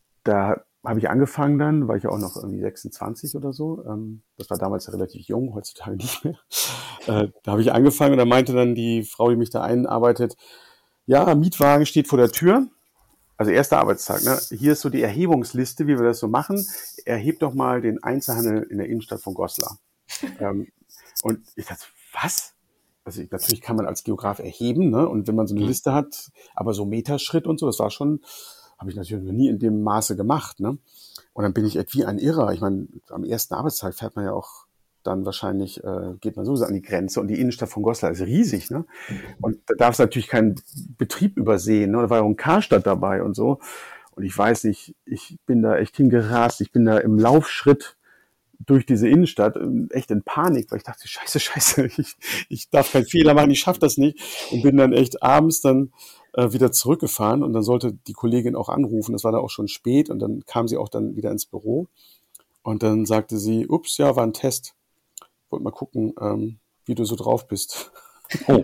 da habe ich angefangen dann, war ich auch noch irgendwie sechsundzwanzig oder so. Ähm, das war damals relativ jung, heutzutage nicht mehr. Äh, da habe ich angefangen und da meinte dann die Frau, die mich da einarbeitet, ja, Mietwagen steht vor der Tür. Also erster Arbeitstag, ne? Hier ist so die Erhebungsliste, wie wir das so machen. Erhebt doch mal den Einzelhandel in der Innenstadt von Goslar. ähm, und ich dachte, was? Also ich, natürlich kann man als Geograf erheben, ne? Und wenn man so eine Liste hat, aber so Meterschritt und so, das war schon, habe ich natürlich noch nie in dem Maße gemacht, ne? Und dann bin ich wie ein Irrer. Ich meine, am ersten Arbeitstag fährt man ja auch dann wahrscheinlich, äh, geht man sowieso an die Grenze. Und die Innenstadt von Goslar ist riesig, ne? Und da darf es natürlich keinen Betrieb übersehen, ne? Da war ja auch ein Karstadt dabei und so. Und ich weiß nicht, ich bin da echt hingerast. Ich bin da im Laufschritt durch diese Innenstadt echt in Panik, weil ich dachte, scheiße, scheiße, ich, ich darf keinen Fehler machen, ich schaffe das nicht. Und bin dann echt abends dann äh, wieder zurückgefahren und dann sollte die Kollegin auch anrufen. Das war da auch schon spät und dann kam sie auch dann wieder ins Büro und dann sagte sie, ups, ja, war ein Test. Wollte mal gucken, ähm, wie du so drauf bist. Oh.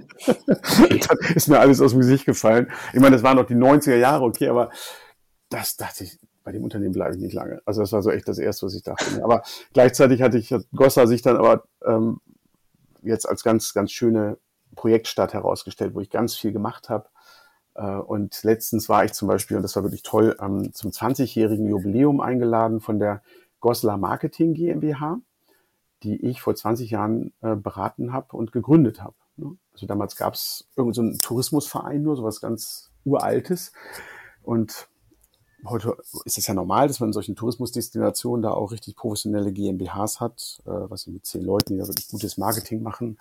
Dann ist mir alles aus dem Gesicht gefallen. Ich meine, das waren noch die neunziger Jahre, okay, aber das dachte ich, bei dem Unternehmen bleibe ich nicht lange. Also das war so echt das Erste, was ich dachte. Aber gleichzeitig hatte ich, hat Goslar sich dann aber ähm, jetzt als ganz, ganz schöne Projektstadt herausgestellt, wo ich ganz viel gemacht habe. Äh, und letztens war ich zum Beispiel, und das war wirklich toll, ähm, zum zwanzigjährigen Jubiläum eingeladen von der Goslar Marketing GmbH, die ich vor zwanzig Jahren äh, beraten habe und gegründet habe. Ne? Also damals gab es irgend so einen Tourismusverein, nur sowas ganz Uraltes. Und heute ist es ja normal, dass man in solchen Tourismusdestinationen da auch richtig professionelle GmbHs hat, äh, was mit zehn Leuten, die da wirklich gutes Marketing machen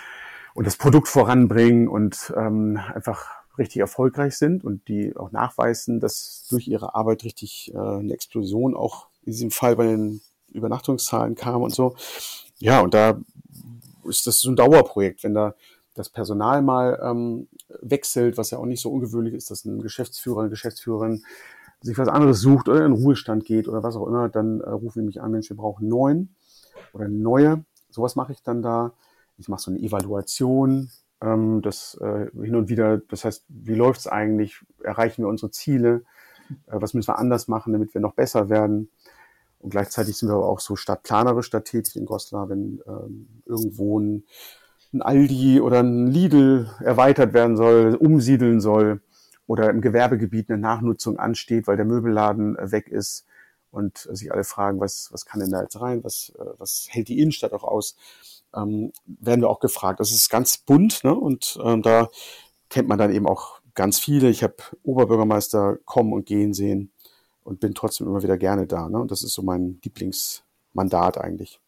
und das Produkt voranbringen und ähm, einfach richtig erfolgreich sind und die auch nachweisen, dass durch ihre Arbeit richtig äh, eine Explosion auch in diesem Fall bei den Übernachtungszahlen kam und so. Ja, und da ist das so ein Dauerprojekt, wenn da das Personal mal ähm, wechselt, was ja auch nicht so ungewöhnlich ist, dass ein Geschäftsführer, eine Geschäftsführerin sich was anderes sucht oder in den Ruhestand geht oder was auch immer, dann äh, rufen die mich an, Mensch, wir brauchen einen neuen oder eine neue. Sowas mache ich dann da. Ich mache so eine Evaluation, ähm, das äh, hin und wieder, das heißt, wie läuft's eigentlich? Erreichen wir unsere Ziele? Äh, was müssen wir anders machen, damit wir noch besser werden? Und gleichzeitig sind wir aber auch so stadtplanerisch da tätig in Goslar, wenn ähm, irgendwo ein, ein Aldi oder ein Lidl erweitert werden soll, umsiedeln soll, oder im Gewerbegebiet eine Nachnutzung ansteht, weil der Möbelladen weg ist und sich alle fragen, was, was kann denn da jetzt rein, was, was hält die Innenstadt auch aus, ähm, werden wir auch gefragt. Das ist ganz bunt, ne? Und ähm, da kennt man dann eben auch ganz viele. Ich habe Oberbürgermeister kommen und gehen sehen und bin trotzdem immer wieder gerne da. Ne? Und das ist so mein Lieblingsmandat eigentlich.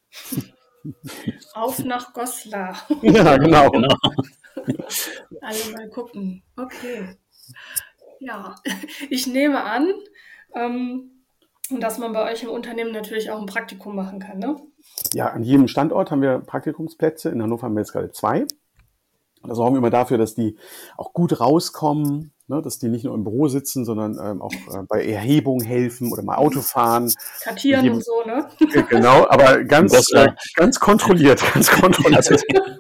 Auf nach Goslar. Ja, genau. genau. Alle mal gucken. Okay. Ja, ich nehme an, ähm, dass man bei euch im Unternehmen natürlich auch ein Praktikum machen kann, ne? Ja, an jedem Standort haben wir Praktikumsplätze. In Hannover haben wir jetzt gerade zwei. Da sorgen wir immer dafür, dass die auch gut rauskommen, ne? Dass die nicht nur im Büro sitzen, sondern ähm, auch äh, bei Erhebungen helfen oder mal Auto fahren. Kartieren und so, ne? Genau, aber ganz, äh, ganz kontrolliert, ganz kontrolliert.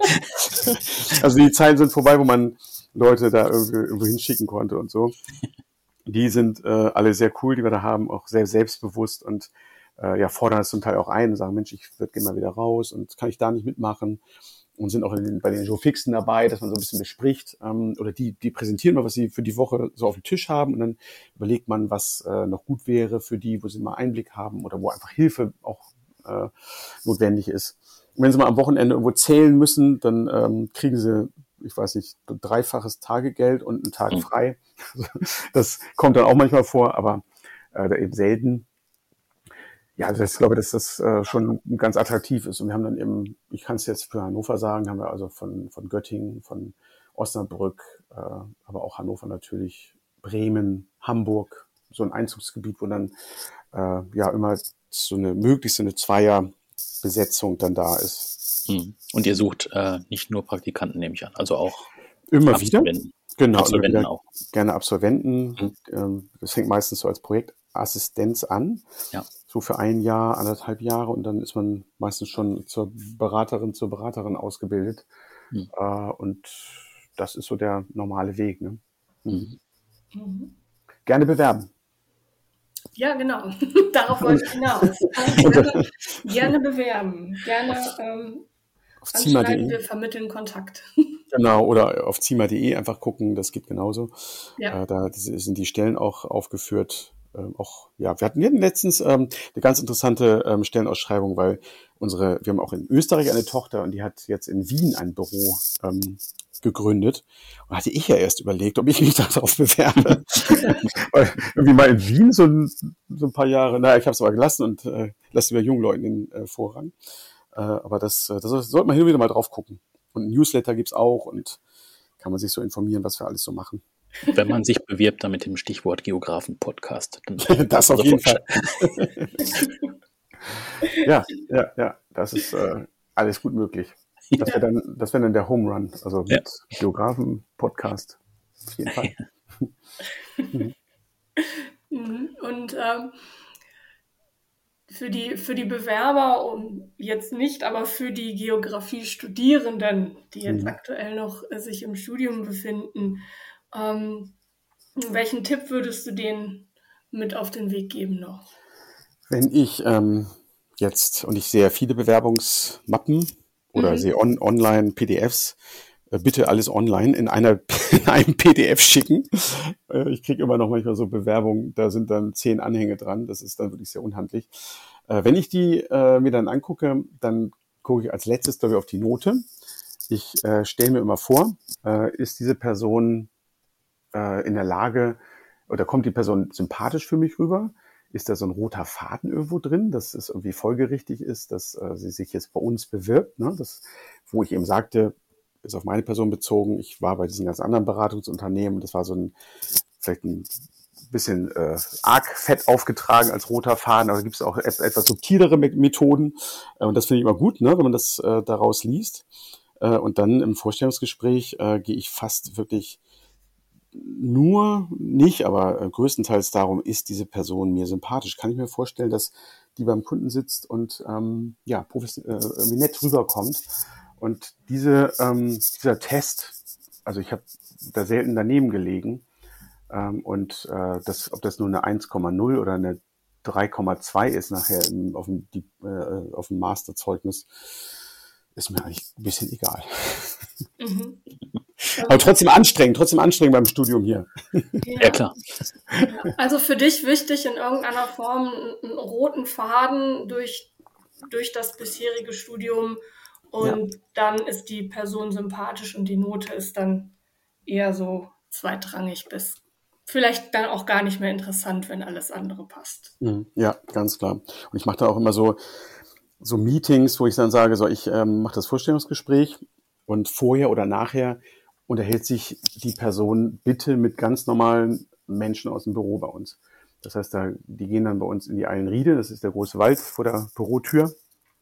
Also die Zeiten sind vorbei, wo man Leute da irgendwo, irgendwo hinschicken konnte und so. Die sind äh, alle sehr cool, die wir da haben, auch sehr selbstbewusst und äh, ja, fordern es zum Teil auch ein und sagen, Mensch, ich würde gerne mal wieder raus und kann ich da nicht mitmachen? Und sind auch in den, bei den Joe Fixen dabei, dass man so ein bisschen bespricht ähm, oder die, die präsentieren mal, was sie für die Woche so auf dem Tisch haben und dann überlegt man, was äh, noch gut wäre für die, wo sie mal Einblick haben oder wo einfach Hilfe auch äh, notwendig ist. Und wenn sie mal am Wochenende irgendwo zählen müssen, dann ähm, kriegen sie, ich weiß nicht, dreifaches Tagegeld und einen Tag frei. Das kommt dann auch manchmal vor, aber äh, eben selten. Ja, also ich glaube, dass das äh, schon ganz attraktiv ist. Und wir haben dann eben, ich kann es jetzt für Hannover sagen, haben wir also von, von Göttingen, von Osnabrück, äh, aber auch Hannover natürlich, Bremen, Hamburg, so ein Einzugsgebiet, wo dann äh, ja immer so eine möglichst eine Zweierbesetzung dann da ist. Hm. Und ihr sucht äh, nicht nur Praktikanten, nehme ich an, also auch immer Absolventen. wieder. Genau, Absolventen wieder auch. Gerne Absolventen. Hm. Ähm, das fängt meistens so als Projektassistenz an. Ja. So für ein Jahr, anderthalb Jahre und dann ist man meistens schon zur Beraterin, zur Beraterin ausgebildet. Hm. Äh, und das ist so der normale Weg. Ne? Hm. Mhm. Gerne bewerben. Ja, genau. Darauf wollte ich hinaus. Gerne, gerne bewerben. Gerne ähm, Auf anschreiben, wir zima punkt de. vermitteln Kontakt. Genau, oder auf zima punkt de einfach gucken, das geht genauso. Ja. Äh, da sind die Stellen auch aufgeführt. Ähm, auch, ja, wir hatten, wir hatten letztens ähm, eine ganz interessante ähm, Stellenausschreibung, weil unsere, wir haben auch in Österreich eine Tochter und die hat jetzt in Wien ein Büro ähm, gegründet. Und hatte ich ja erst überlegt, ob ich mich darauf bewerbe. Weil irgendwie mal in Wien so ein, so ein paar Jahre, naja, ich habe es aber gelassen und äh, lasse lieber jungen Leuten den äh, Vorrang. Äh, aber das, das sollte man hin und wieder mal drauf gucken. Und ein Newsletter gibt's auch und kann man sich so informieren, was wir alles so machen. Wenn man sich bewirbt, dann mit dem Stichwort Geografen-Podcast. Das auf jeden Fall. ja, ja, ja, das ist äh, alles gut möglich. Das wäre dann, das wäre dann der Home Run, also mit ja. Geografen-Podcast. Auf jeden Fall. Und ähm, für die, für die Bewerber und jetzt nicht, aber für die Geografie-Studierenden, die jetzt mhm. aktuell noch äh, sich im Studium befinden, ähm, welchen Tipp würdest du denen mit auf den Weg geben noch? Wenn ich ähm, jetzt, und ich sehe viele Bewerbungsmappen oder mhm. sehe on, online P D Fs, äh, bitte alles online in, einer, in einem P D F schicken. Äh, ich kriege immer noch manchmal so Bewerbungen, da sind dann zehn Anhänge dran, das ist dann wirklich sehr unhandlich. Äh, wenn ich die äh, mir dann angucke, dann gucke ich als letztes, glaube ich, auf die Note. Ich äh, stelle mir immer vor, äh, ist diese Person äh, in der Lage, oder kommt die Person sympathisch für mich rüber? Ist da so ein roter Faden irgendwo drin, dass es irgendwie folgerichtig ist, dass äh, sie sich jetzt bei uns bewirbt, ne? Das, wo ich eben sagte, ist auf meine Person bezogen. Ich war bei diesen ganz anderen Beratungsunternehmen. Das war so ein, vielleicht ein bisschen äh, arg fett aufgetragen als roter Faden. Aber da gibt es auch et- etwas subtilere Methoden. Äh, und das finde ich immer gut, ne, wenn man das äh, daraus liest. Äh, und dann im Vorstellungsgespräch äh, gehe ich fast wirklich nur nicht, aber äh, größtenteils darum, ist diese Person mir sympathisch. Kann ich mir vorstellen, dass die beim Kunden sitzt und ähm, ja, profes- äh, irgendwie nett rüberkommt. Und diese, ähm, dieser Test, also ich habe da selten daneben gelegen. Ähm, und äh, das, ob das nur eine eins Komma null oder eine drei Komma zwei ist nachher im, auf, dem, die, äh, auf dem Masterzeugnis, ist mir eigentlich ein bisschen egal. Mhm. Aber trotzdem anstrengend, trotzdem anstrengend beim Studium hier. Ja, ja klar. Also für dich wichtig, in irgendeiner Form einen roten Faden durch, durch das bisherige Studium und ja. Dann ist die Person sympathisch und die Note ist dann eher so zweitrangig bis vielleicht dann auch gar nicht mehr interessant, wenn alles andere passt. Ja, ganz klar. Und ich mache da auch immer so, so Meetings, wo ich dann sage, so ich ähm, mache das Vorstellungsgespräch und vorher oder nachher unterhält sich die Person bitte mit ganz normalen Menschen aus dem Büro bei uns. Das heißt, da, die gehen dann bei uns in die Eilenriede, das ist der große Wald vor der Bürotür,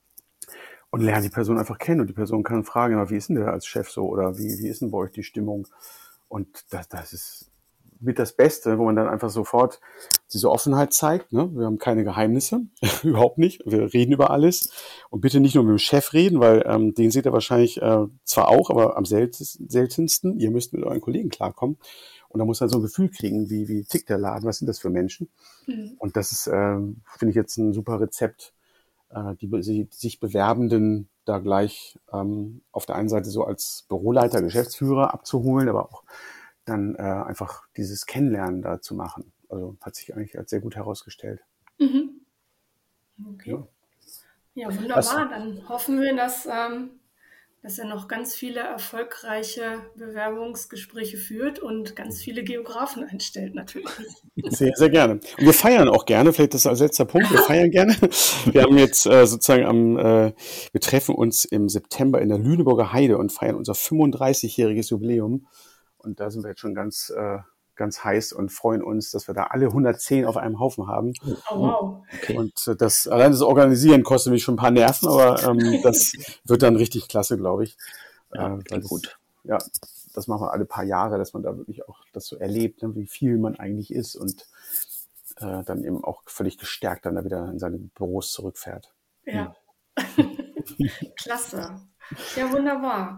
und lernen die Person einfach kennen. Und die Person kann fragen, ja, wie ist denn der als Chef so oder wie, wie ist denn bei euch die Stimmung? Und das, das ist mit das Beste, wo man dann einfach sofort diese Offenheit zeigt. Ne? Wir haben keine Geheimnisse, überhaupt nicht. Wir reden über alles. Und bitte nicht nur mit dem Chef reden, weil ähm, den seht ihr wahrscheinlich äh, zwar auch, aber am seltensten. Ihr müsst mit euren Kollegen klarkommen. Und da muss man so ein Gefühl kriegen, wie, wie tickt der Laden, was sind das für Menschen? Mhm. Und das ist, äh, finde ich jetzt ein super Rezept, äh, die, die sich Bewerbenden da gleich ähm, auf der einen Seite so als Büroleiter, Geschäftsführer abzuholen, aber auch dann äh, einfach dieses Kennenlernen da zu machen. Also hat sich eigentlich als sehr gut herausgestellt. Mhm. Okay. Ja, ja wunderbar. Was? Dann hoffen wir, dass, ähm, dass er noch ganz viele erfolgreiche Bewerbungsgespräche führt und ganz viele Geografen einstellt natürlich. Sehr, sehr gerne. Und wir feiern auch gerne, vielleicht das als letzter Punkt, wir feiern gerne. Wir haben jetzt äh, sozusagen am, äh, wir treffen uns im September in der Lüneburger Heide und feiern unser fünfunddreißigjähriges Jubiläum. Und da sind wir jetzt schon ganz, äh, ganz heiß und freuen uns, dass wir da alle hundertzehn auf einem Haufen haben. Oh, wow. Okay. Und äh, das, allein das Organisieren kostet mich schon ein paar Nerven, aber ähm, das wird dann richtig klasse, glaube ich. Ja, äh, klingt gut. Ja, das machen wir alle paar Jahre, dass man da wirklich auch das so erlebt, ne, wie viel man eigentlich ist und äh, dann eben auch völlig gestärkt dann da wieder in seine Büros zurückfährt. Ja. Klasse. Ja, wunderbar.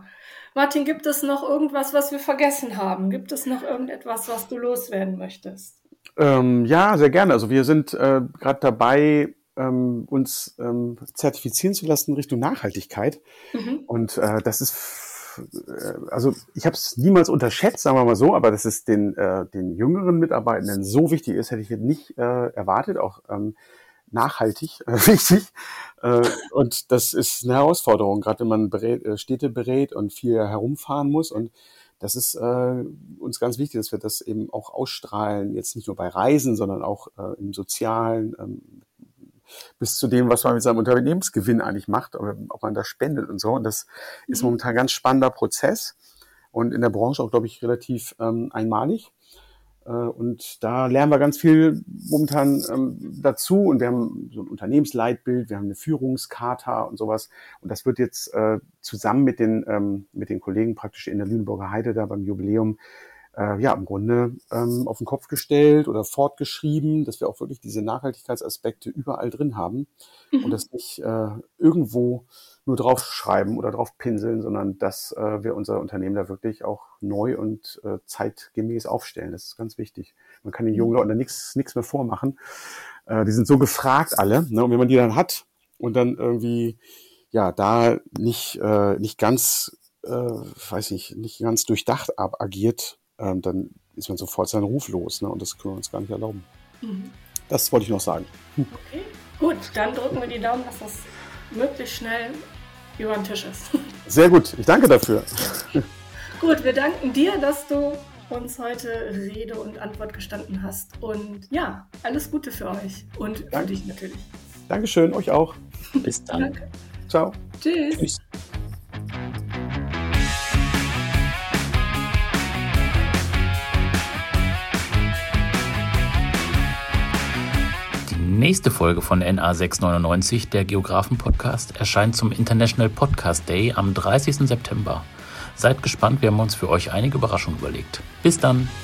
Martin, gibt es noch irgendwas, was wir vergessen haben? Gibt es noch irgendetwas, was du loswerden möchtest? Ähm, ja, sehr gerne. Also wir sind äh, gerade dabei, ähm, uns ähm, zertifizieren zu lassen in Richtung Nachhaltigkeit. Mhm. Und äh, das ist, äh, also ich habe es niemals unterschätzt, sagen wir mal so, aber dass es den, äh, den jüngeren Mitarbeitenden so wichtig ist, hätte ich jetzt nicht äh, erwartet, auch ähm, nachhaltig äh, wichtig. Äh, und das ist eine Herausforderung, gerade wenn man berät, äh, Städte berät und viel herumfahren muss. Und das ist äh, uns ganz wichtig, dass wir das eben auch ausstrahlen, jetzt nicht nur bei Reisen, sondern auch äh, im Sozialen, ähm, bis zu dem, was man mit seinem Unternehmensgewinn eigentlich macht, ob man da spendet und so. Und das mhm. ist momentan ein ganz spannender Prozess und in der Branche auch, glaube ich, relativ ähm, einmalig. Äh, und da lernen wir ganz viel momentan ähm, dazu. Und wir haben so ein Unternehmensleitbild, wir haben eine Führungscharta und sowas. Und das wird jetzt äh, zusammen mit den, ähm, mit den Kollegen praktisch in der Lüneburger Heide da beim Jubiläum Äh, ja, im Grunde ähm, auf den Kopf gestellt oder fortgeschrieben, dass wir auch wirklich diese Nachhaltigkeitsaspekte überall drin haben mhm. und das nicht äh, irgendwo nur draufschreiben oder drauf pinseln, sondern dass äh, wir unser Unternehmen da wirklich auch neu und äh, zeitgemäß aufstellen. Das ist ganz wichtig. Man kann den jungen Leuten da nichts nichts mehr vormachen. Äh, die sind so gefragt alle, ne? Und wenn man die dann hat und dann irgendwie ja da nicht äh, nicht ganz äh, weiß nicht nicht ganz durchdacht ab agiert, dann ist man sofort seinen Ruf los, ne? Und das können wir uns gar nicht erlauben. Mhm. Das wollte ich noch sagen. Okay, gut, dann drücken wir die Daumen, dass das möglichst schnell über den Tisch ist. Sehr gut, ich danke dafür. Gut, wir danken dir, dass du uns heute Rede und Antwort gestanden hast. Und ja, alles Gute für euch und Danke. Für dich natürlich. Dankeschön, euch auch. Bis dann. Danke. Ciao. Tschüss. Tschüss. Die nächste Folge von N A sechs neunundneunzig, der Geografen-Podcast, erscheint zum International Podcast Day am dreißigsten September. Seid gespannt, wir haben uns für euch einige Überraschungen überlegt. Bis dann!